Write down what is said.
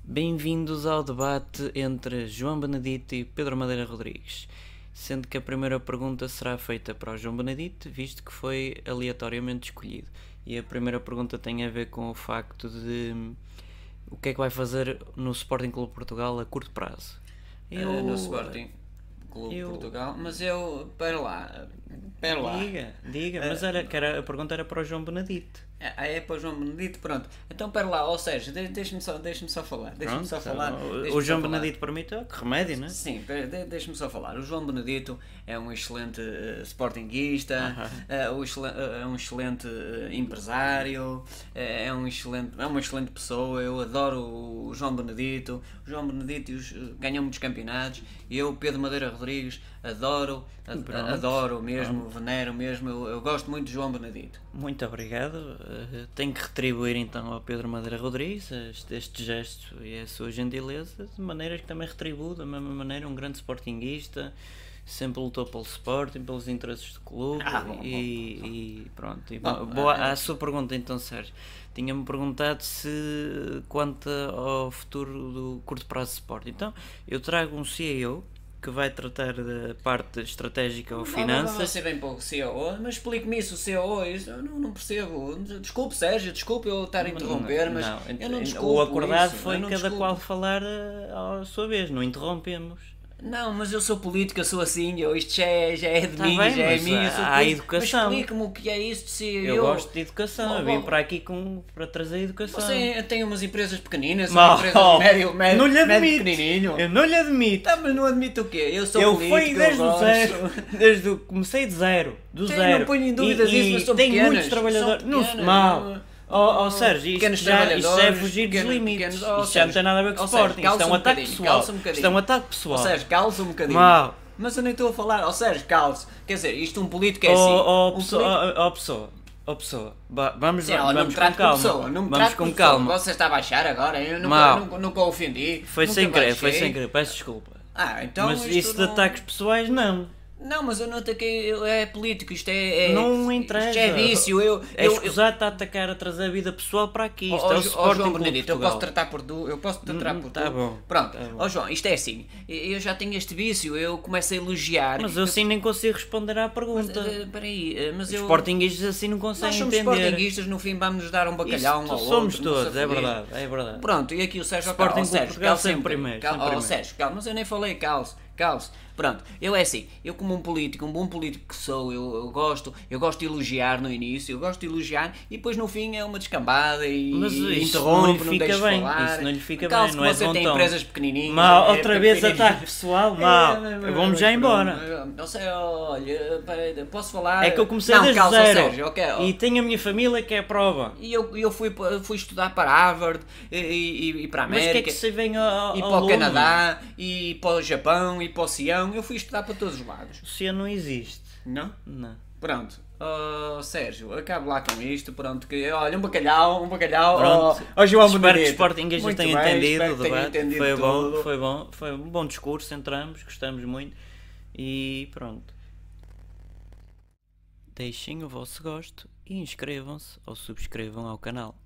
Bem-vindos ao debate entre João Benedito e Pedro Madeira Rodrigues, sendo que a primeira pergunta será feita para o João Benedito, visto que foi aleatoriamente escolhido. E a primeira pergunta tem a ver com o facto de o que é que vai fazer no Sporting Clube Portugal a curto prazo. No Sporting Clube Portugal, mas eu, Pera lá. Diga, mas a pergunta era para o João Benedito. É para o João Benedito, pronto. Então pera lá, ou seja, deixa-me só falar. O João Benedito permite, que remédio, não é? Sim, deixa-me só falar. O João Benedito é um excelente sportinguista, é um excelente empresário, é uma excelente pessoa. Eu adoro o João Benedito. O João Benedito ganhou muitos campeonatos. E eu, Pedro Madeira Rodrigues, adoro mesmo, venero mesmo. Eu gosto muito de João Benedito. Muito obrigado. Tenho que retribuir então ao Pedro Madeira Rodrigues este gesto e a sua gentileza, de maneira que também retribuo da mesma maneira um grande sportinguista, sempre lutou pelo Sporting, pelos interesses do clube. E pronto. À sua pergunta então, Sérgio, tinha-me perguntado se quanto ao futuro do curto prazo de Sporting. Então, eu trago um CEO que vai tratar da parte estratégica ou finanças. Não sei bem pouco CEO, mas explique-me isso, o CEO, isso eu não percebo. Desculpe, Sérgio, desculpe eu estar a interromper, mas eu não desculpo. O acordado foi cada qual falar à sua vez, não interrompemos. Não, mas eu sou político, eu sou assim, isto já é de mim, já é minha. Há educação. Mas explique-me o que é isto. Eu gosto de educação, eu vim para aqui para trazer educação. Você tem umas empresas pequeninas, uma empresa médio pequenininho. Eu não lhe admito. Tá, mas não admito o quê? Eu sou político, fui desde o zero, comecei de zero, zero. Não ponho em dúvidas isso, mas são tenho pequenas. Muitos trabalhadores, Sérgio, isto é fugir dos limites. Isto já não tem nada a ver com o Sporting. Isto é um ataque pessoal. Isto é um ataque pessoal. Sérgio, calça um bocadinho. Mas eu nem estou a falar. Sérgio, calça. Quer dizer, isto um político é assim. Pessoa. Vamos com calma. Vamos com calma. Você está a baixar agora? Eu nunca o ofendi. Foi sem querer. Peço desculpa. Então mas isso de ataques pessoais, não. Não, mas eu não ataquei, é político, isto é... Não interessa. Isto é vício, É escusado a atacar, a trazer a vida pessoal para aqui, isto é o Sporting João Benedito, eu posso tratar por tu, Tá bom. Pronto, João, isto é assim, eu já tenho este vício, eu começo a elogiar... Mas eu assim nem consigo responder à pergunta. Mas os sportinguistas assim não conseguem entender. Nós somos sportinguistas, no fim vamos nos dar um bacalhau um ao outro. Somos todos, é verdade. Pronto, e aqui o Sérgio... Sporting Portugal sempre primeiro. Sérgio, calma, mas eu nem falei calce. Pronto, eu como um bom político que sou, eu gosto de elogiar no início, e depois no fim é uma descambada e interrompe, não deixa falar. Isso não lhe fica bem, não é você tem empresas pequenininhas. Outra vez ataque pessoal, vamos já embora. Não sei, olha, posso falar? É que eu comecei desde zero, Sérgio, e tenho a minha família que é a prova. E eu fui estudar para Harvard e para a América. Mas que é que se vem ao e para o Canadá, e para o Japão, e para o Oceano, eu fui estudar para todos os lados. O oceano não existe. Não? Não. Pronto. Sérgio, acabo lá com isto. Pronto, que olha, um bacalhau. João Benedito. Espero que os Sportingistas tenham entendido o debate. Foi um bom discurso entre ambos, gostamos muito. E pronto. Deixem o vosso gosto e inscrevam-se ou subscrevam ao canal.